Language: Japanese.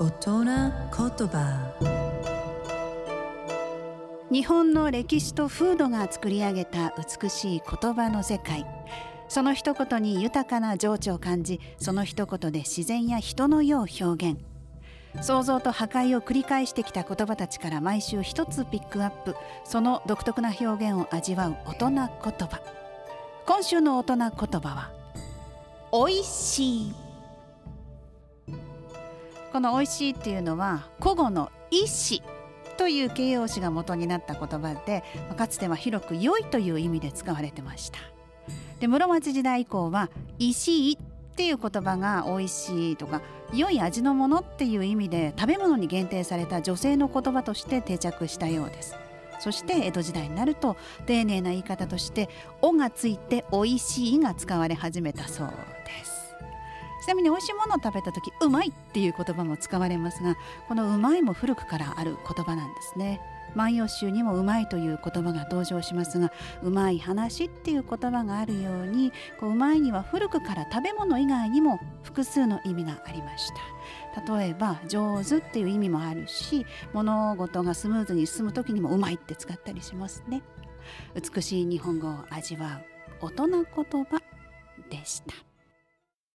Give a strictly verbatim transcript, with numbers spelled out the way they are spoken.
大人言葉。 日本の歴史と風土が作り上げた美しい言葉の世界。その一言に豊かな情緒を感じ、その一言で自然や人の世を表現。創造と破壊を繰り返してきた言葉たちから毎週一つピックアップ、その独特な表現を味わう大人言葉。今週の大人言葉はおいしい。このおいしいっていうのは古語のいしという形容詞が元になった言葉で、かつては広く良いという意味で使われてました。で、室町時代以降は石井っていう言葉がおいしいとか良い味のものっていう意味で食べ物に限定された女性の言葉として定着したようです。そして江戸時代になると丁寧な言い方としておがついておいしいが使われ始めたそうです。ちなみに美味しいものを食べた時うまいっていう言葉も使われますが、このうまいも古くからある言葉なんですね。万葉集にもうまいという言葉が登場しますが、うまい話っていう言葉があるように、こううまいには古くから食べ物以外にも複数の意味がありました。例えば上手っていう意味もあるし、物事がスムーズに進む時にもうまいって使ったりしますね。美しい日本語を味わう大人言葉でした。